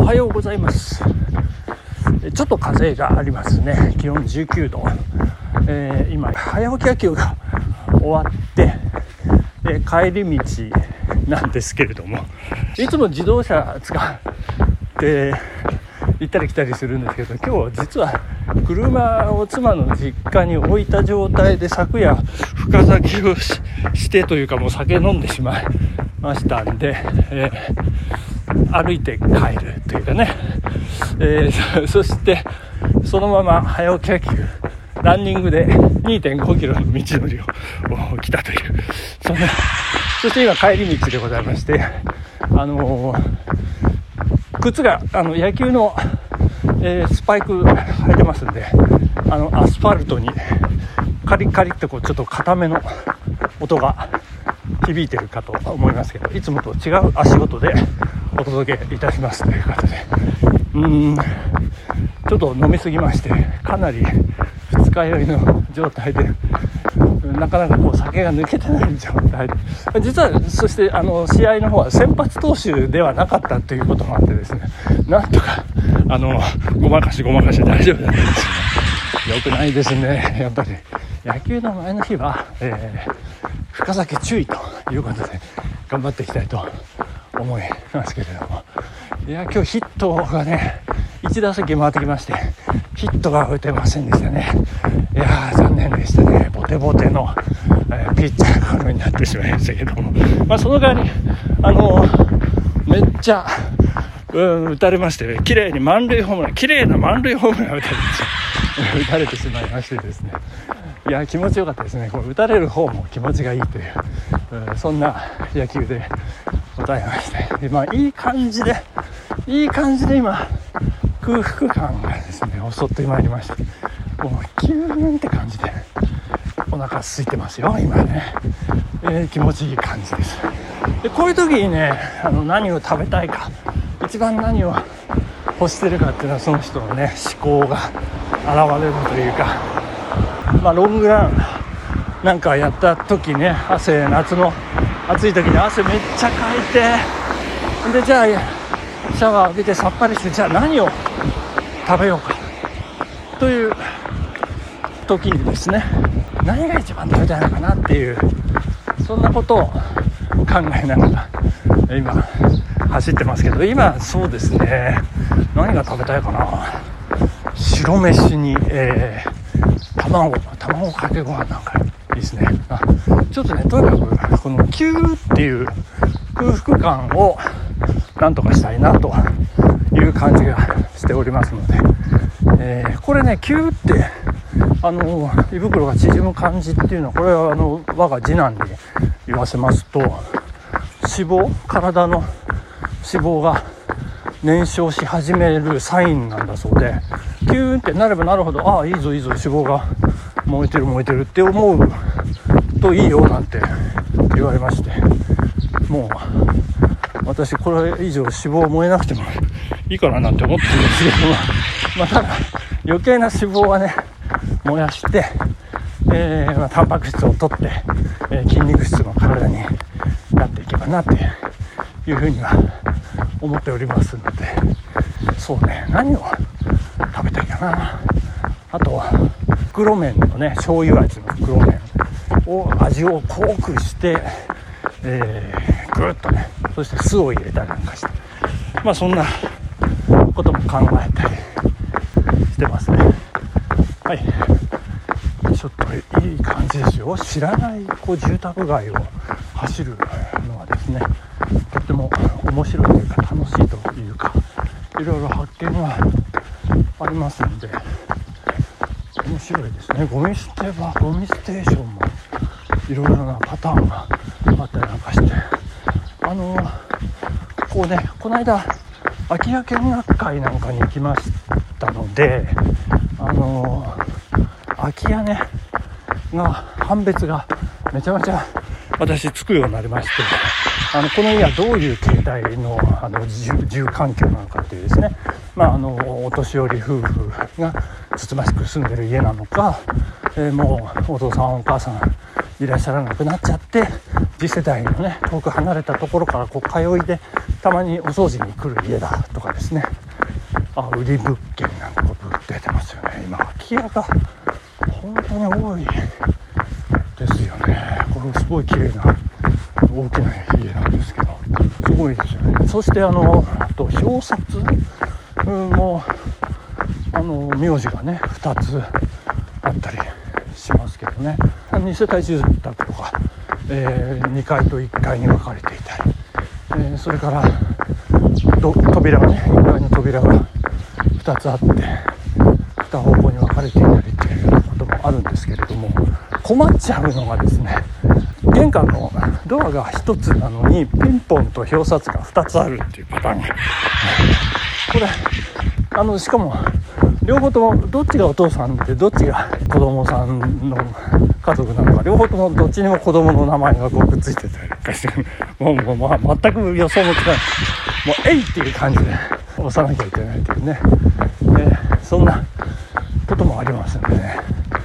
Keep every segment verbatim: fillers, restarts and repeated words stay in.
はようございます。ちょっと風がありますね。気温じゅうきゅうど、えー、今早起き野球が終わって、えー、帰り道なんですけれども、いつも自動車使って行ったり来たりするんですけど、今日実は車を妻の実家に置いた状態で昨夜深酒を し, してというかもう酒飲んでしまいましたんで、えー、歩いて帰るというかね、えー、そしてそのまま早起き野球ランニングで にてんごキロの道のりを来たという、そんなそして今帰り道でございまして、あのー、靴があの野球の、えー、スパイク履いてますんで、あのアスファルトにカリカリってこうちょっと固めの音が響いてるかと思いますけど、いつもと違う足音でお届けいたしますということで、うーんちょっと飲みすぎましてかなり二日酔いの状態で、なかなかこう酒が抜けてない状態で、実はそしてあの試合の方は先発投手ではなかったということもあってですね、なんとかあのごまかしごまかし大丈夫だったんですけど、よくないですね。やっぱり野球の前の日は、えー、深酒注意ということで頑張っていきたいと思いますけれども、いや今日ヒットがねいち打席回ってきましてヒットが打てませんでしたね。いやー残念でしたね。ボテボテの、えー、ピッチャーゴロになってしまいましたけども、まあ、その代わりあのー、めっちゃうん打たれましてね、綺麗に満塁ホームラン綺麗な満塁ホームラン打たれて打たれてしまいましてですね、いや気持ちよかったですね。こう打たれる方も気持ちがいいという、うん、そんな野球でございまして、で、まあ、いい感じでいい感じで今空腹感がですね襲ってまいりまして、もうキューンって感じでお腹空いてますよ今ね、えー、気持ちいい感じです。でこういう時にねあの何を食べたいか、一番何を欲してるかっていうのはその人のね思考が現れるというか、まあロングランなんかやった時ね、汗夏の暑い時に汗めっちゃかいて、でじゃあシャワー浴びてさっぱりして、じゃあ何を食べようかという時にですね、何が一番食べたいのかなっていう、そんなことを考えながら今走ってますけど、今そうですね何が食べたいかな。白飯に、えー、卵卵かけご飯なんかいいですね。あちょっとねとにかくこのキューっていう空腹感をなんとかしたいなという感じがしておりますので、えー、これねキューってあの胃袋が縮む感じっていうのは、これはあの我が次男に言わせますと、脂肪体の脂肪が燃焼し始めるサインなんだそうで、キューンってなればなるほど、ああいいぞいいぞ脂肪が燃えてる燃えてるって思うといいよなんて言われまして、もう私これ以上脂肪燃えなくてもいいかななんて思ってるんですけども、まあ、ただ余計な脂肪はね燃やして、えーまあ、タンパク質を取って、えー、筋肉質の体になっていけばなっていうふうには思っておりますので、そうね何を食べたいかな。あと袋麺のね醤油味の袋麺を味を濃くして、えー、ぐーっとねそして酢を入れたりなんかして、まあそんなことも考えたりしてますね。はい、ちょっといい感じですよ。知らないこう住宅街を走るのはですねとっても面白いというか楽しいというか、いろいろ発見がありますので面白いですね。ゴミ捨て場ゴミステーションもいろいろなパターンがあったりなんかして、あのこうねこの間空き家見学会なんかに行きましたので、あの空き家ねが判別がめちゃめちゃ私つくようになりまして、あのこの家はどういう形態の、あの 住, 住環境なのかっていうですね、まあ、あのお年寄り夫婦がつつましく住んでる家なのか、えー、もうお父さんお母さんいらっしゃらなくなっちゃって次世代のね遠く離れたところからこう通いでたまにお掃除に来る家だとかですね、あ売り物件なんかこう出てますよね。今空き家が本当に多いですよね。これすごい綺麗な大きな家なんですけどすごいですよね。そしてあのあと表札もあの名字がねふたつあったりしますけどね、に世帯住宅とか、えー、にかいといっかいに分かれていたり、えー、それから扉がねいっかいの扉がふたつあってに方向に分かれていたりっていうこともあるんですけれども、困っちゃうのがですね、玄関のドアがひとつなのにピンポンと表札がふたつあるっていうパターンがこれあのしかも両方ともどっちがお父さんでどっちが子供さんの家族なのか、両方ともどっちにも子供の名前がこうくっついてたりとかしてもう、もう、まあ、全く予想もつかない、もうえいっていう感じで押さなきゃいけないというね、えー、そんなこともありますんでね、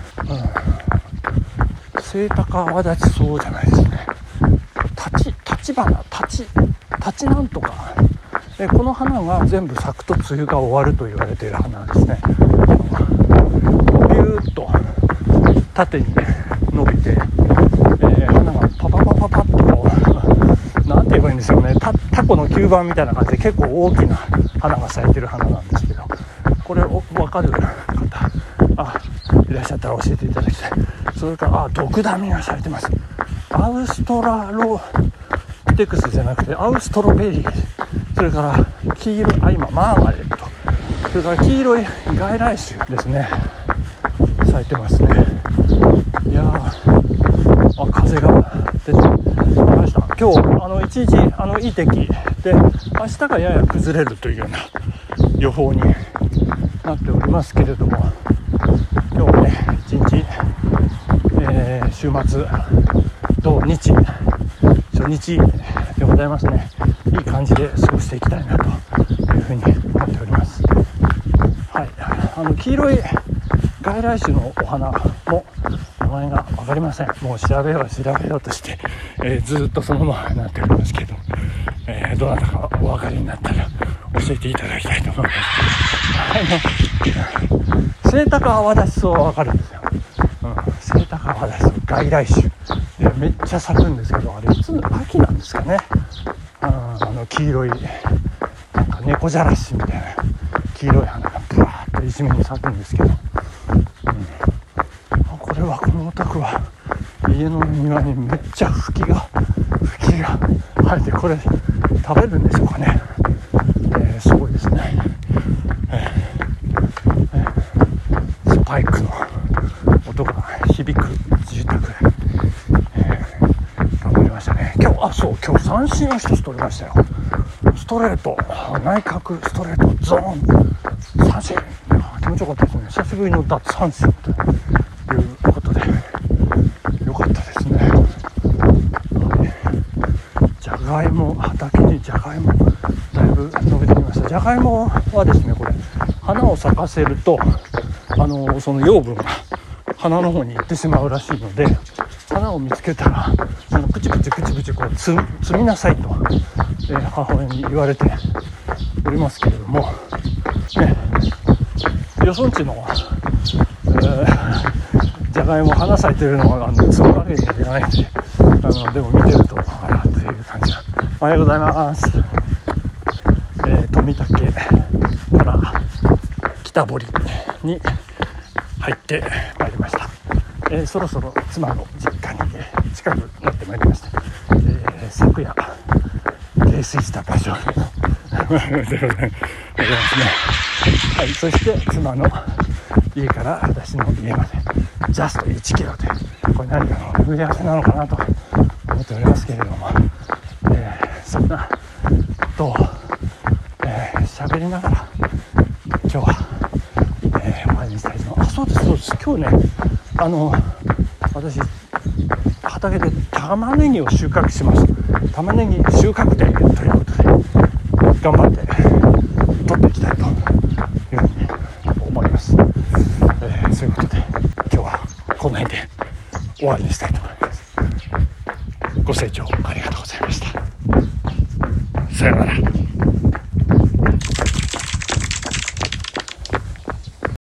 うん、セイタカアワダチソウじゃないですね、立ち立花立ち立ちなんとか、えこの花が全部咲くと梅雨が終わると言われている花ですね。ビューッと縦に伸びて、えー、花がパパパパパッとこうなんて言えばいいんでしょうね、タ, タコの吸盤みたいな感じで結構大きな花が咲いてる花なんですけど、これを分かる方あいらっしゃったら教えていただきたい。それからあドクダミが咲いてます。アウストラロピテクスじゃなくてアウストロベリー、それから黄色いあ今マーガレット、それから黄色い外来種ですね咲いてますね。いやーあ風が出てきました。今日あの一日あのいい天気で明日がやや崩れるというような予報になっておりますけれども、今日はね一日、えー、週末土日初日でございますね。いい感じで過ごしていきたいなというふうに思っております。はい、あの黄色い外来種のお花も名前が分かりません。もう調べよう調べようとして、えー、ずっとそのままになっておりますけど、えー、どなたかお分かりになったら教えていただきたいと思います。あのセイタカアワダチソウは分かるんですよ、うん、セイタカアワダチソウ外来種でめっちゃ咲くんですけど、あれいつ秋なんですかね。あの黄色いなんか猫じゃらしみたいな黄色い花がブワーッと一面に咲くんですけど、うん、これはこのお宅は家の庭にめっちゃフキがフキが生えて、これ食べるんでしょうかね、えー、すごいですね、えーえー、スパイクの音が響く住宅で、えー、頑張りましたね。今日あそう今日三振を一つ取りましたよ。ストレート内角ストレートゾーン三振、気持ちよかったですね。久しぶりの奪三振ということでよかったですね。じゃがいも畑にじゃがいもだいぶ伸びてきました。じゃがいもはですねこれ花を咲かせるとあのその養分が花の方に行ってしまうらしいので、花を見つけたらあのプチプチプチプチこうつ摘みなさいと、えー、母親に言われておりますけれども、ね、よそんちの、えー、じゃがいも花咲いてるのが摘むわけにはいかないんで、あのでも見てるとあらという感じが。おはようございます、えー、富竹から北堀に入ってまいりました。えー、そろそろ妻の実家に、えー、近くなってまいりました。えー、昨夜泥酔した場所でございますね。はい、そして妻の家から私の家までジャストいちキロで、これ何かの巡り合わせなのかなと思っておりますけれども、えー、そんなことを喋、えー、りながら今日は、えー、終わりにしたいと思います。あ、そうですそうです。今日ねあの私畑で玉ねぎを収穫します。玉ねぎ収穫でということで頑張って取っていきたいというふうに思います、えー、そういうことで今日はこの辺で終わりにしたいと思います。ご視聴清聴ありがとうございました。さようなら。